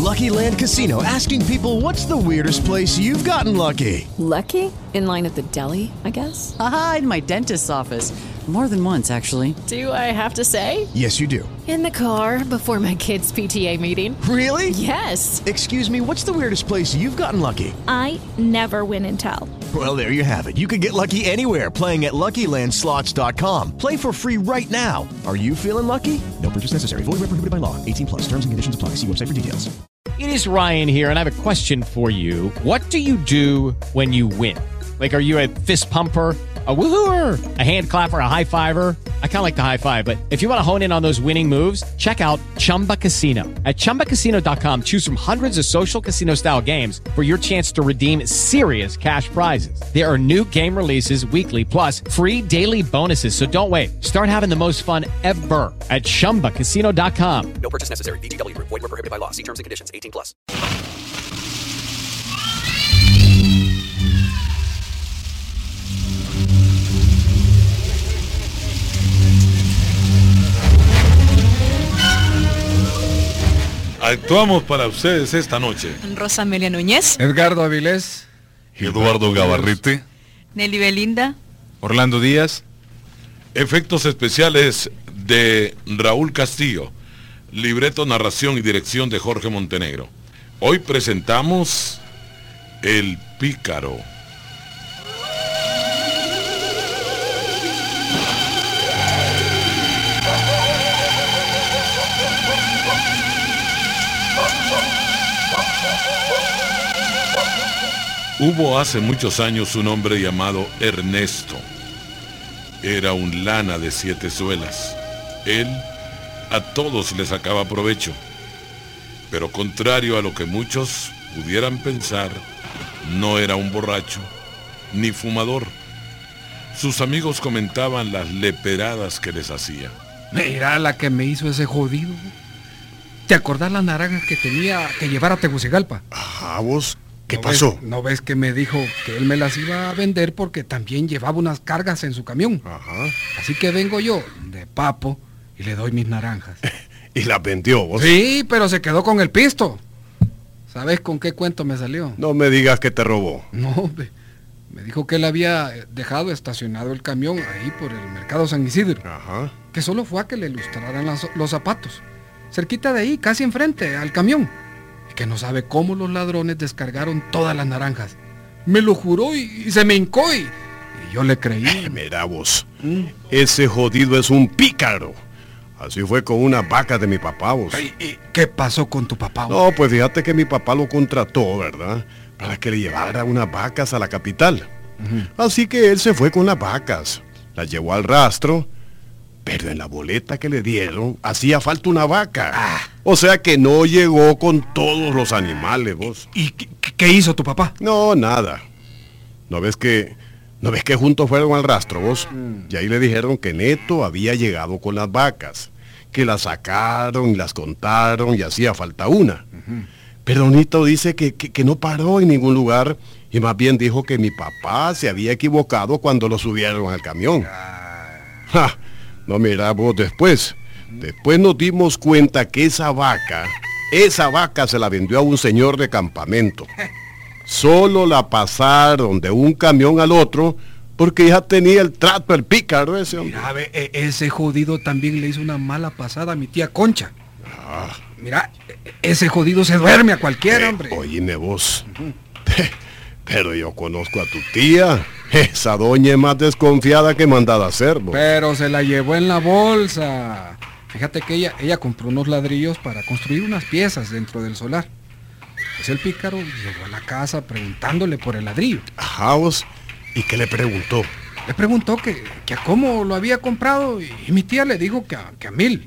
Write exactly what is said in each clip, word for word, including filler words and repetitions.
Lucky Land Casino, asking people, what's the weirdest place you've gotten lucky? Lucky? In line at the deli, I guess? Aha, in my dentist's office. More than once, actually. Do I have to say? Yes, you do. In the car before my kids' P T A meeting. Really? Yes. Excuse me, what's the weirdest place you've gotten lucky? I never win and tell. Well, there you have it. You can get lucky anywhere, playing at Lucky Land Slots dot com. Play for free right now. Are you feeling lucky? No purchase necessary. Void where prohibited by law. eighteen plus. Terms and conditions apply. See website for details. It is Ryan here, and I have a question for you. What do you do when you win? Like, are you a fist pumper, a woohooer, a hand clapper, a high fiver? I kind of like the high five, but if you want to hone in on those winning moves, check out Chumba Casino. At Chumba Casino dot com, choose from hundreds of social casino-style games for your chance to redeem serious cash prizes. There are new game releases weekly, plus free daily bonuses. So don't wait. Start having the most fun ever at Chumba Casino dot com. No purchase necessary. V G W. Void where prohibited by law. See terms and conditions. eighteen plus. Actuamos para ustedes esta noche. Rosa Amelia Núñez, Edgardo Avilés, Eduardo Gabarrete, Nelly Belinda, Orlando Díaz, efectos especiales de Raúl Castillo, libreto, narración y dirección de Jorge Montenegro. Hoy presentamos El Pícaro. Hubo hace muchos años un hombre llamado Ernesto. Era un lana de siete suelas. Él a todos le sacaba provecho. Pero contrario a lo que muchos pudieran pensar, no era un borracho ni fumador. Sus amigos comentaban las leperadas que les hacía. Mira la que me hizo ese jodido. ¿Te acordás las naranjas que tenía que llevar a Tegucigalpa? Ajá, vos. ¿Qué ¿No pasó? Ves, ¿No ves que me dijo que él me las iba a vender porque también llevaba unas cargas en su camión? Ajá. Así que vengo yo, de papo, y le doy mis naranjas. ¿Y las vendió vos? Sí, pero se quedó con el pisto. ¿Sabes con qué cuento me salió? No me digas que te robó. No, me, me dijo que él había dejado estacionado el camión ahí por el mercado San Isidro. Ajá. Que solo fue a que le ilustraran las, los zapatos. Cerquita de ahí, casi enfrente, al camión. Y que no sabe cómo los ladrones descargaron todas las naranjas. Me lo juró y, y se me hincó y, y yo le creí. Eh, mira vos, ¿Mm? Ese jodido es un pícaro. Así fue con una vaca de mi papá, vos. ¿Y, y qué pasó con tu papá? No, pues fíjate que mi papá lo contrató, ¿verdad? Para que le llevara unas vacas a la capital. Uh-huh. Así que él se fue con las vacas. Las llevó al rastro. Pero en la boleta que le dieron, hacía falta una vaca. Ah. O sea que no llegó con todos los animales, vos. ¿Y qué, qué hizo tu papá? No, nada. ¿No ves que, no ves que juntos fueron al rastro, vos? Mm. Y ahí le dijeron que Neto había llegado con las vacas. Que las sacaron y las contaron y hacía falta una. Uh-huh. Pero Neto dice que, que, que no paró en ningún lugar. Y más bien dijo que mi papá se había equivocado cuando lo subieron al camión. Ah. ¡Ja! No, mira vos, después, después nos dimos cuenta que esa vaca, esa vaca se la vendió a un señor de campamento. Solo la pasaron de un camión al otro porque ya tenía el trato, el pícaro ese hombre. Mira, ve, ese jodido también le hizo una mala pasada a mi tía Concha. Ah. Mira, ese jodido se duerme a cualquiera, eh, hombre. Oíme vos. Uh-huh. Pero yo conozco a tu tía. Esa doña es más desconfiada que mandada a hacer, vos. Pero se la llevó en la bolsa. Fíjate que ella, ella compró unos ladrillos para construir unas piezas dentro del solar. Pues el pícaro llegó a la casa preguntándole por el ladrillo. Ajá, vos. ¿Y qué le preguntó? Le preguntó que, que a cómo lo había comprado y, y mi tía le dijo que a, que a mil.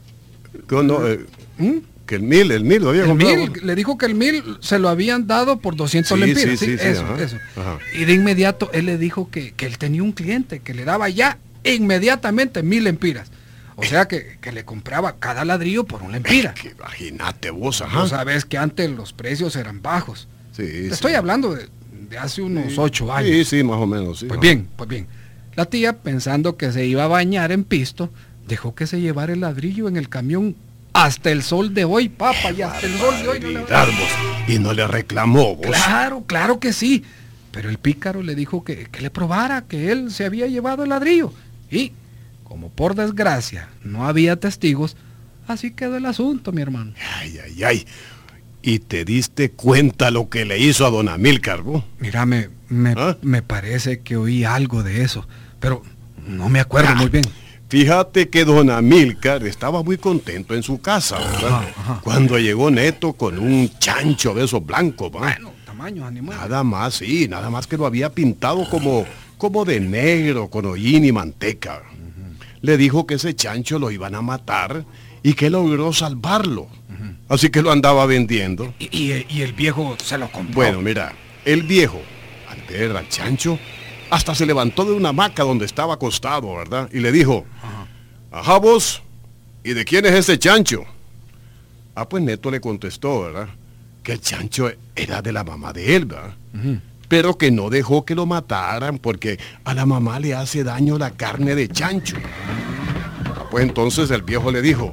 No, no, eh, ¿Mm? Que el mil, el mil lo había el comprado. Mil, le dijo que el mil se lo habían dado por doscientos sí, lempiras. Sí, sí, ¿sí? sí, eso, ajá, eso. Ajá. Y de inmediato él le dijo que, que él tenía un cliente que le daba ya inmediatamente mil lempiras. O sea que, que le compraba cada ladrillo por un lempira. Eh, imagínate vos, ajá. Tú sabes que antes los precios eran bajos. Sí, Te sí. sí. Estoy hablando de, de hace unos sí. ocho años. Sí, sí, más o menos. Sí, pues ajá. bien, pues bien. La tía, pensando que se iba a bañar en pisto, dejó que se llevara el ladrillo en el camión hasta el sol de hoy, papá, y hasta el sol de hoy. No le... vos. Y no le reclamó vos. Claro, claro que sí. Pero el pícaro le dijo que, que le probara que él se había llevado el ladrillo. Y, como por desgracia no había testigos, así quedó el asunto, mi hermano. Ay, ay, ay. ¿Y te diste cuenta lo que le hizo a don Amílcar, vos? Mira, me, me, ¿Ah? me parece que oí algo de eso, pero no me acuerdo ah, muy bien. Fíjate que don Amílcar estaba muy contento en su casa, ¿verdad? Ajá, ajá. Cuando llegó Neto con un chancho de esos blancos, ¿va? Bueno, tamaño animal. Nada más, sí, nada más que lo había pintado como, como de negro, con hollín y manteca. Uh-huh. Le dijo que ese chancho lo iban a matar y que logró salvarlo. Uh-huh. Así que lo andaba vendiendo. ¿Y, y, y el viejo se lo compró? Bueno, mira, el viejo, al ver al chancho, hasta se levantó de una hamaca donde estaba acostado, ¿verdad? Y le dijo, ajá, ajá vos, ¿y de quién es ese chancho? Ah, pues Neto le contestó, ¿verdad? Que el chancho era de la mamá de él, ¿verdad? Uh-huh. Pero que no dejó que lo mataran porque a la mamá le hace daño la carne de chancho. Ah, pues entonces el viejo le dijo,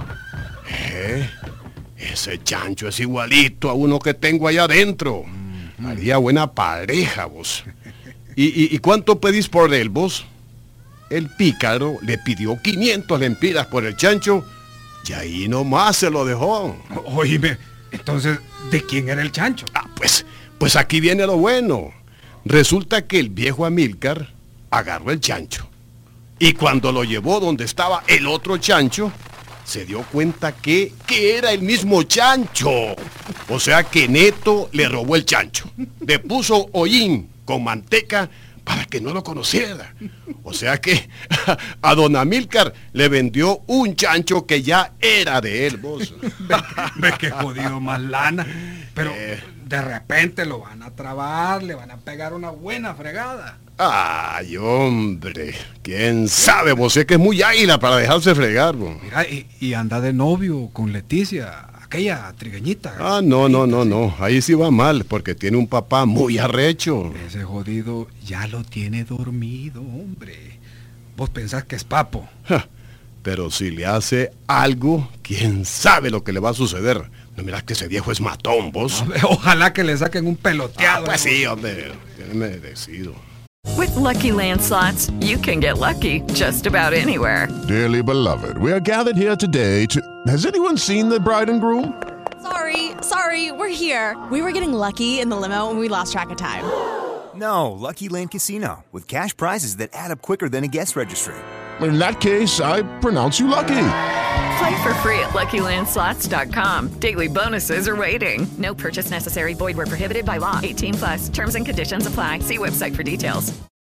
¿eh? Ese chancho es igualito a uno que tengo allá adentro. Uh-huh. Haría buena pareja, vos. ¿Y, y, ¿Y cuánto pedís por él, vos? El pícaro le pidió quinientas lempiras por el chancho y ahí nomás se lo dejó. Oíme, entonces, ¿de quién era el chancho? Ah, pues, pues aquí viene lo bueno. Resulta que el viejo Amílcar agarró el chancho y cuando lo llevó donde estaba el otro chancho, se dio cuenta que, que era el mismo chancho. O sea que Neto le robó el chancho. Le puso hollín con manteca para que no lo conociera. O sea que a don Amílcar le vendió un chancho que ya era de él, vos. Ve, ve que jodido más lana. Pero eh, de repente lo van a trabar, le van a pegar una buena fregada. Ay, hombre, quién sabe, vos es que es muy águila para dejarse fregar, vos. Mira, y, y anda de novio con Leticia, aquella trigueñita. Ah, no, no, no, no, ahí sí va mal, porque tiene un papá muy arrecho. Ese jodido ya lo tiene dormido, hombre. Vos pensás que es papo. Ja, pero si le hace algo, quién sabe lo que le va a suceder. No mirás que ese viejo es matón, vos. Hombre, ojalá que le saquen un peloteado. Ah, pues sí, hombre, tiene merecido. With Lucky Land Slots, you can get lucky just about anywhere. Dearly beloved, we are gathered here today to... Has anyone seen the bride and groom? Sorry, sorry, we're here. We were getting lucky in the limo and we lost track of time. No, Lucky Land Casino, with cash prizes that add up quicker than a guest registry. In that case, I pronounce you lucky. Play for free at Lucky Land Slots dot com. Daily bonuses are waiting. No purchase necessary. Void where prohibited by law. eighteen plus. Terms and conditions apply. See website for details.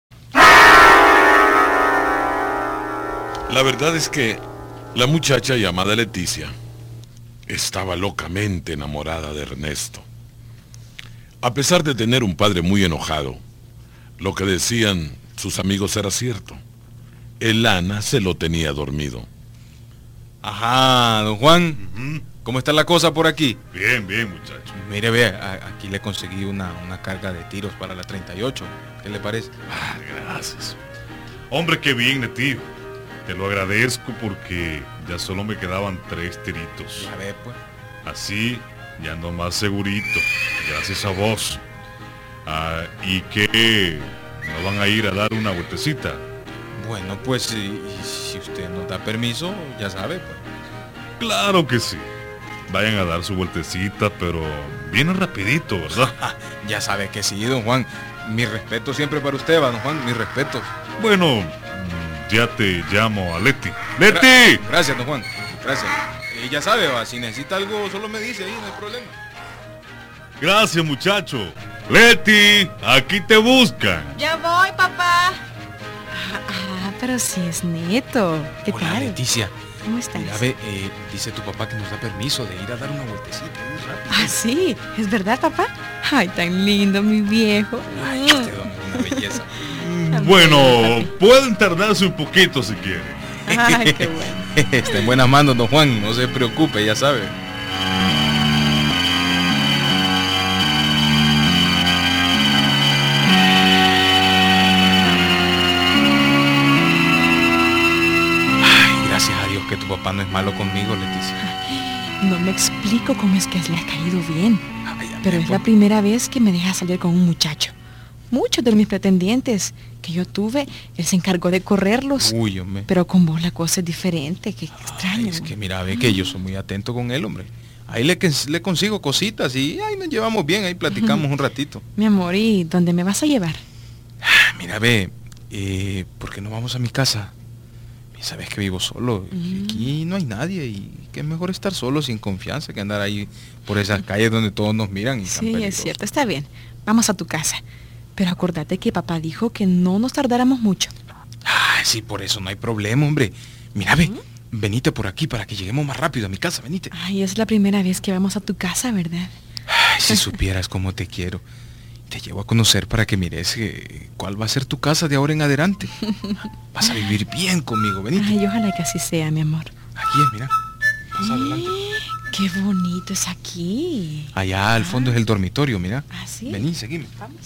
La verdad es que la muchacha llamada Leticia estaba locamente enamorada de Ernesto. A pesar de tener un padre muy enojado, lo que decían sus amigos era cierto. El lana se lo tenía dormido. Ajá, don Juan, uh-huh. ¿Cómo está la cosa por aquí? Bien, bien, muchacho. Mire, vea, aquí le conseguí una, una carga de tiros para la treinta y ocho. ¿Qué le parece? Ah, gracias. Hombre, qué bien, tío. Te lo agradezco porque ya solo me quedaban tres tiritos. A ver, pues. Así ya ando más segurito, gracias a vos. Ah, ¿y qué? ¿No van a ir a dar una vueltecita? Bueno, pues si, si usted nos da permiso, ya sabe, pues. Claro que sí. Vayan a dar su vueltecita, pero vienen rapidito, ¿verdad? Ya sabe que sí, don Juan. Mi respeto siempre para usted, va, don Juan, mi respeto. Bueno, ya te llamo a Leti. ¡Leti! Gra- gracias, don Juan. Gracias. Y ya sabe, va, si necesita algo, solo me dice ahí, no hay problema. Gracias, muchacho. Leti, aquí te buscan. Ya voy, papá. Ah, pero si es Neto. ¿Qué Hola, tal? Leticia. ¿Cómo estás? Mira, ve, eh, dice tu papá que nos da permiso de ir a dar una vueltecita. Ah, sí, ¿es verdad, papá? Ay, tan lindo, mi viejo. Ay, este don es una belleza. Bueno, pueden tardarse un poquito si quieren. Ay, qué bueno. Está en buenas manos, don Juan, no se preocupe, ya sabe. Ay, gracias a Dios que tu papá no es malo conmigo, Leticia. No me explico cómo es que le ha caído bien. Pero es la primera vez que me deja salir con un muchacho. Muchos de mis pretendientes que yo tuve, él se encargó de correrlos. Uy, hombre. Pero con vos la cosa es diferente, qué extraño. Ay, es que mira, ve que yo soy muy atento con él, hombre. Ahí le, le consigo cositas y ahí nos llevamos bien, ahí platicamos un ratito. Mi amor, ¿y dónde me vas a llevar? Mira, ve, eh, ¿por qué no vamos a mi casa? Sabes que vivo solo, mm. aquí no hay nadie y que es mejor estar solo sin confianza que andar ahí por esas calles donde todos nos miran. Y sí, es cierto, está bien, vamos a tu casa. Pero acordate que papá dijo que no nos tardáramos mucho. Ah, sí, por eso no hay problema, hombre. Mira, ve, ¿Mm? venite por aquí para que lleguemos más rápido a mi casa, venite. Ay, es la primera vez que vamos a tu casa, ¿verdad? Ay, si supieras cómo te quiero. Te llevo a conocer para que mires eh, cuál va a ser tu casa de ahora en adelante. Vas a vivir bien conmigo, venite. Ay, ojalá que así sea, mi amor. Aquí es, mira. Más adelante. Qué bonito es aquí. Allá al fondo ah. es el dormitorio, mira. ¿Ah, sí? Vení, seguime. Vamos.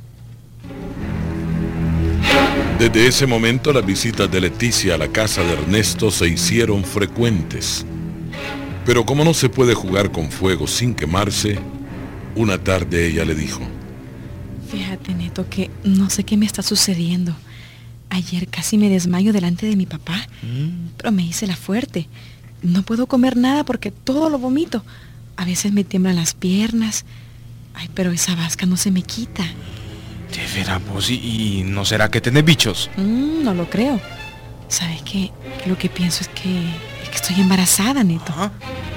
Desde ese momento las visitas de Leticia a la casa de Ernesto se hicieron frecuentes. Pero como no se puede jugar con fuego sin quemarse, una tarde ella le dijo: fíjate, Neto, que no sé qué me está sucediendo. Ayer casi me desmayo delante de mi papá, mm. pero me hice la fuerte. No puedo comer nada porque todo lo vomito. A veces me tiemblan las piernas. Ay, pero esa vasca no se me quita. De veras, vos, ¿y, y no será que tenés bichos? Mm, no lo creo. ¿Sabes qué? Lo que pienso es que, es que estoy embarazada, Neto. ¿Ah?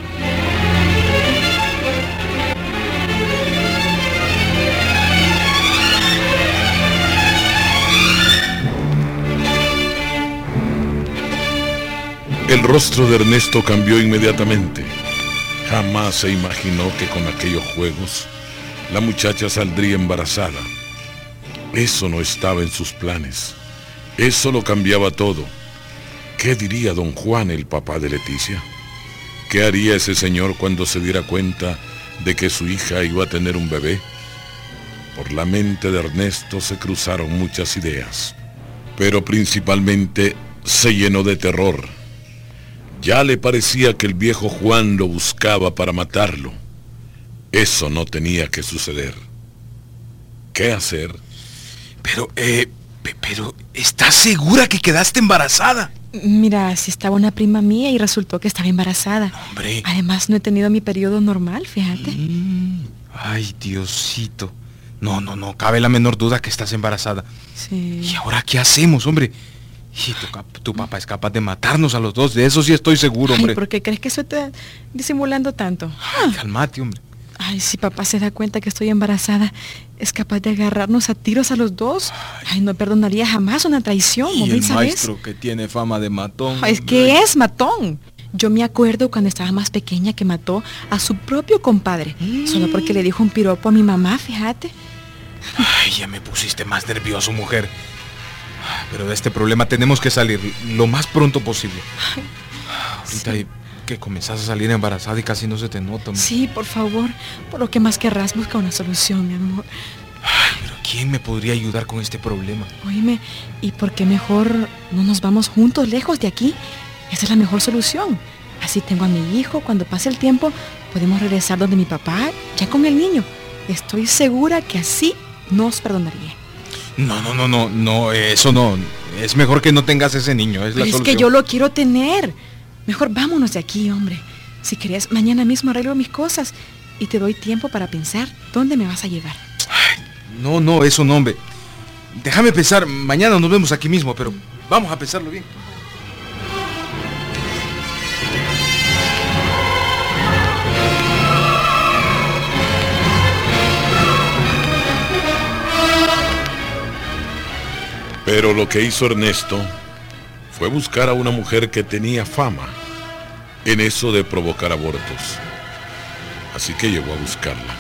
El rostro de Ernesto cambió inmediatamente. Jamás se imaginó que con aquellos juegos la muchacha saldría embarazada. Eso no estaba en sus planes. Eso lo cambiaba todo. ¿Qué diría don Juan, el papá de Leticia? ¿Qué haría ese señor cuando se diera cuenta de que su hija iba a tener un bebé? Por la mente de Ernesto se cruzaron muchas ideas, pero principalmente se llenó de terror. Ya le parecía que el viejo Juan lo buscaba para matarlo. Eso no tenía que suceder. ¿Qué hacer? Pero, eh, pero, ¿estás segura que quedaste embarazada? Mira, si estaba una prima mía y resultó que estaba embarazada. Hombre. Además, no he tenido mi periodo normal, fíjate. Mm, ay, Diosito. No, no, no, cabe la menor duda que estás embarazada. Sí. ¿Y ahora qué hacemos, hombre? Y tu, tu papá es capaz de matarnos a los dos, de eso sí estoy seguro, hombre. Ay, ¿por qué crees que estoy disimulando tanto? Ay, calmate, hombre. Ay, si papá se da cuenta que estoy embarazada, es capaz de agarrarnos a tiros a los dos. Ay, no perdonaría jamás una traición, y ¿no? el ¿sabes? maestro que tiene fama de matón. Ay, es que es matón. Yo me acuerdo cuando estaba más pequeña que mató a su propio compadre, mm. solo porque le dijo un piropo a mi mamá, fíjate. Ay, ya me pusiste más nervioso, mujer. Pero de este problema tenemos que salir lo más pronto posible. Ay, ahorita sí. hay que comenzás a salir embarazada y casi no se te nota. Hombre. Sí, por favor, por lo que más querrás, busca una solución, mi amor. Ay, pero ¿quién me podría ayudar con este problema? Oíme, ¿y por qué mejor no nos vamos juntos lejos de aquí? Esa es la mejor solución. Así tengo a mi hijo, cuando pase el tiempo, podemos regresar donde mi papá, ya con el niño. Estoy segura que así nos perdonaría. No, no, no, no, no, eso no. Es mejor que no tengas ese niño, es la es solución. Es que yo lo quiero tener. Mejor vámonos de aquí, hombre. Si querés, mañana mismo arreglo mis cosas y te doy tiempo para pensar dónde me vas a llevar. Ay, no, no, eso no, hombre. Déjame pensar, mañana nos vemos aquí mismo, pero vamos a pensarlo bien. Pero lo que hizo Ernesto fue buscar a una mujer que tenía fama en eso de provocar abortos. Así que llegó a buscarla.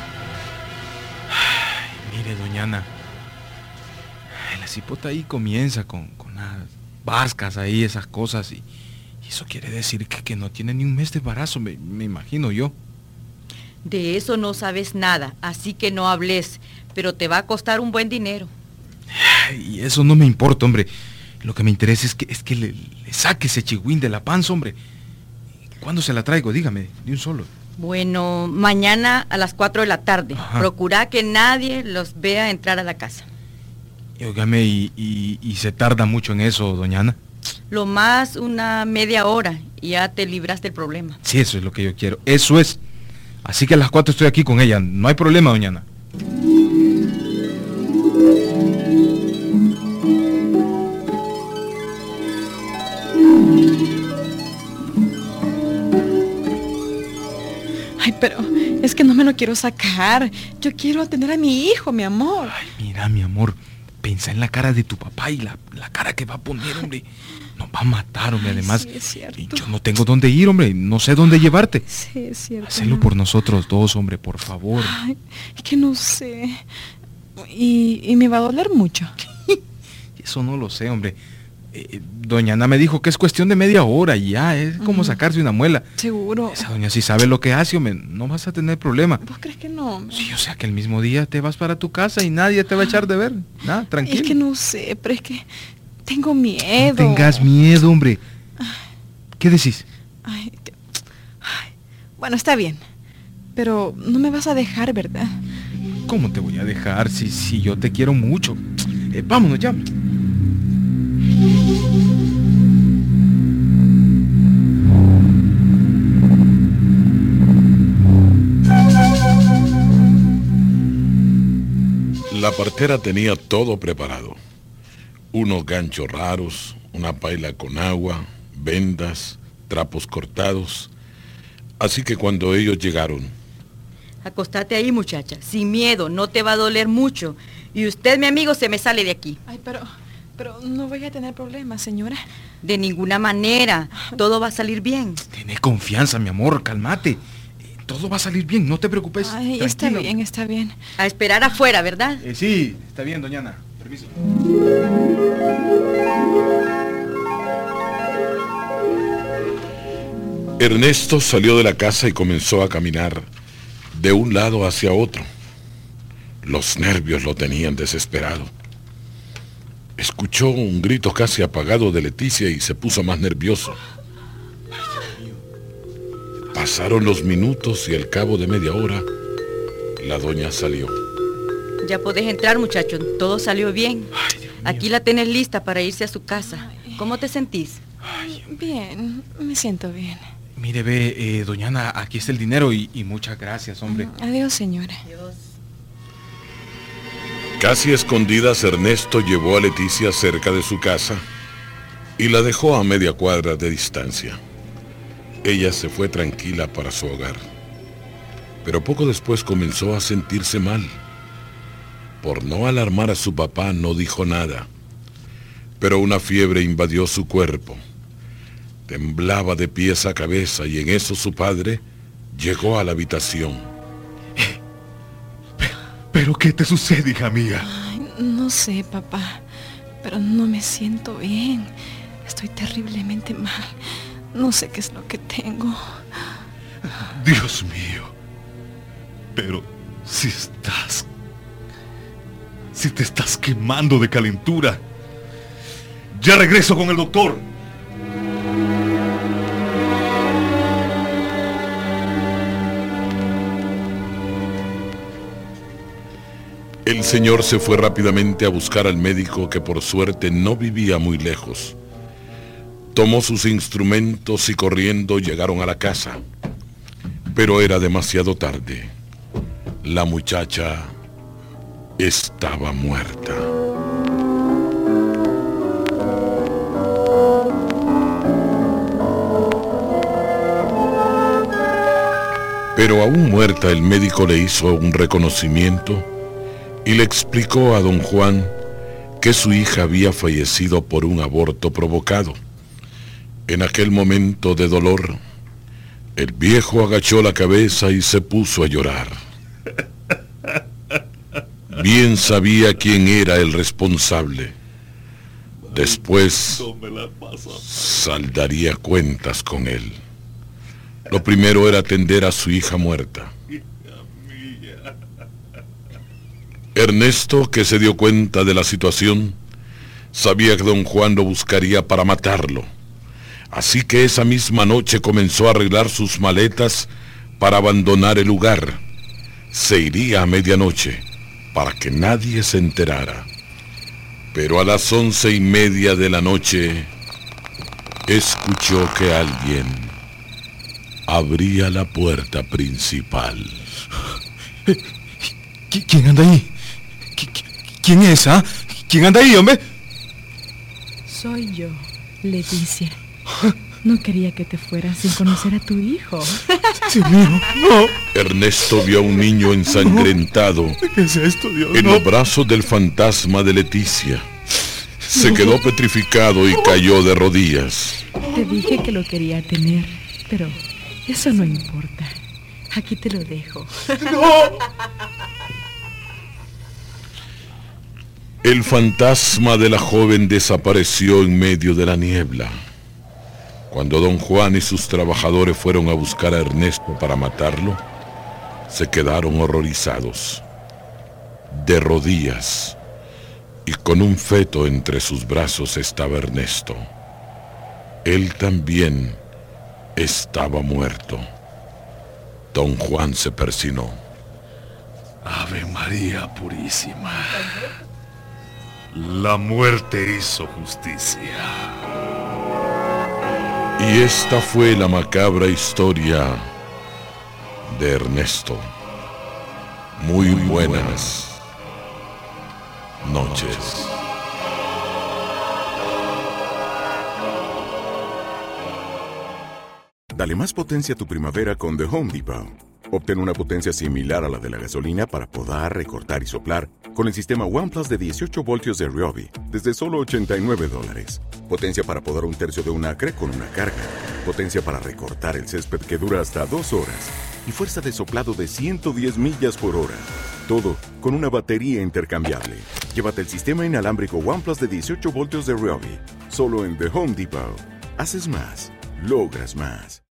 Ay, mire, doña Ana, la cipota ahí comienza con, con las vascas ahí, esas cosas, y, y eso quiere decir que, que no tiene ni un mes de embarazo, me, me imagino yo. De eso no sabes nada, así que no hables, pero te va a costar un buen dinero. Y eso no me importa, hombre. Lo que me interesa es que, es que le, le saque ese chigüín de la panza, hombre. ¿Cuándo se la traigo? Dígame, de un solo. Bueno, mañana a las cuatro de la tarde. Ajá. Procura que nadie los vea entrar a la casa. Y, óigame, y, y, y se tarda mucho en eso, doña Ana. Lo más una media hora y ya te libras del problema. Sí, eso es lo que yo quiero. Eso es. Así que a las cuatro estoy aquí con ella. No hay problema, doña Ana. Ay, pero es que no me lo quiero sacar. Yo quiero tener a mi hijo, mi amor. Ay, mira, mi amor. Pensa en la cara de tu papá y la, la cara que va a poner, hombre. Nos va a matar, hombre. Ay, Además, sí, es cierto. yo no tengo dónde ir, hombre. No sé dónde llevarte. Sí, es cierto. Hacelo no. por nosotros dos, hombre, por favor. Ay, es que no sé. Y, y me va a doler mucho. Eso no lo sé, hombre. Eh, doña Ana me dijo que es cuestión de media hora y ya, es como sacarse una muela. Seguro. Esa doña sí sabe lo que hace, hombre, no vas a tener problema. ¿Vos crees que no? Sí, o sea que el mismo día te vas para tu casa y nadie te va a echar de ver. Nada, tranquilo. Es que no sé, pero es que tengo miedo. No tengas miedo, hombre. ¿Qué decís? Ay, que- ay, bueno, está bien. Pero no me vas a dejar, ¿verdad? ¿Cómo te voy a dejar si, si yo te quiero mucho? Eh, vámonos ya. La partera tenía todo preparado. Unos ganchos raros, una paila con agua, vendas, trapos cortados. Así que cuando ellos llegaron, Acostate ahí, muchacha, sin miedo, no te va a doler mucho. Y usted, mi amigo, se me sale de aquí. Ay, pero, pero no voy a tener problemas, señora. De ninguna manera, todo va a salir bien. Tené confianza, mi amor, cálmate. Eh, Todo va a salir bien, no te preocupes. Ay, está tranquila. bien, está bien. A esperar afuera, ¿verdad? Eh, sí, está bien, doña Ana. Permiso. Ernesto salió de la casa y comenzó a caminar de un lado hacia otro. Los nervios lo tenían desesperado. Escuchó un grito casi apagado de Leticia y se puso más nervioso. Pasaron los minutos y al cabo de media hora, la doña salió. Ya podés entrar, muchacho, todo salió bien. Aquí la tenés lista para irse a su casa. ¿Cómo te sentís? Bien, me siento bien. Mire, ve, eh, doña Ana, aquí está el dinero y, y muchas gracias, hombre. Adiós, señora. Casi escondidas, Ernesto llevó a Leticia cerca de su casa y la dejó a media cuadra de distancia. Ella se fue tranquila para su hogar, pero poco después comenzó a sentirse mal. Por no alarmar a su papá no dijo nada, pero una fiebre invadió su cuerpo. Temblaba de pies a cabeza y en eso su padre llegó a la habitación. ¿Pero qué te sucede, hija mía? Ay, no sé, papá, pero no me siento bien. Estoy terriblemente mal. No sé qué es lo que tengo. Dios mío. Pero si estás... Si te estás quemando de calentura. Ya regreso con el doctor. El señor se fue rápidamente a buscar al médico que por suerte no vivía muy lejos. Tomó sus instrumentos y corriendo llegaron a la casa. Pero era demasiado tarde. La muchacha estaba muerta. Pero aún muerta, el médico le hizo un reconocimiento y le explicó a don Juan que su hija había fallecido por un aborto provocado. En aquel momento de dolor, el viejo agachó la cabeza y se puso a llorar. Bien sabía quién era el responsable. Después saldaría cuentas con él. Lo primero era atender a su hija muerta. Ernesto, que se dio cuenta de la situación, sabía que don Juan lo buscaría para matarlo. Así que esa misma noche comenzó a arreglar sus maletas para abandonar el lugar. Se iría a medianoche para que nadie se enterara. Pero a las once y media de la noche escuchó que alguien abría la puerta principal. ¿Quién anda ahí? ¿Quién es, ah? ¿Quién anda ahí, hombre? Soy yo, Leticia. No quería que te fueras sin conocer a tu hijo. Dios mío, no. Ernesto vio a un niño ensangrentado. ¿Qué es esto, Dios? En no. los brazos del fantasma de Leticia. Se quedó petrificado y cayó de rodillas. Te dije que lo quería tener, pero eso no importa. Aquí te lo dejo. ¡No! El fantasma de la joven desapareció en medio de la niebla. Cuando don Juan y sus trabajadores fueron a buscar a Ernesto para matarlo, se quedaron horrorizados. De rodillas y con un feto entre sus brazos estaba Ernesto. Él también estaba muerto. Don Juan se persinó. Ave María Purísima. La muerte hizo justicia. Y esta fue la macabra historia de Ernesto. Muy, Muy buenas noches. noches. Dale más potencia a tu primavera con The Home Depot. Obtén una potencia similar a la de la gasolina para podar, recortar y soplar con el sistema OnePlus de dieciocho voltios de Ryobi desde solo ochenta y nueve dólares. Potencia para podar un tercio de un acre con una carga. Potencia para recortar el césped que dura hasta dos horas. Y fuerza de soplado de ciento diez millas por hora. Todo con una batería intercambiable. Llévate el sistema inalámbrico OnePlus de dieciocho voltios de Ryobi. Solo en The Home Depot. Haces más. Logras más.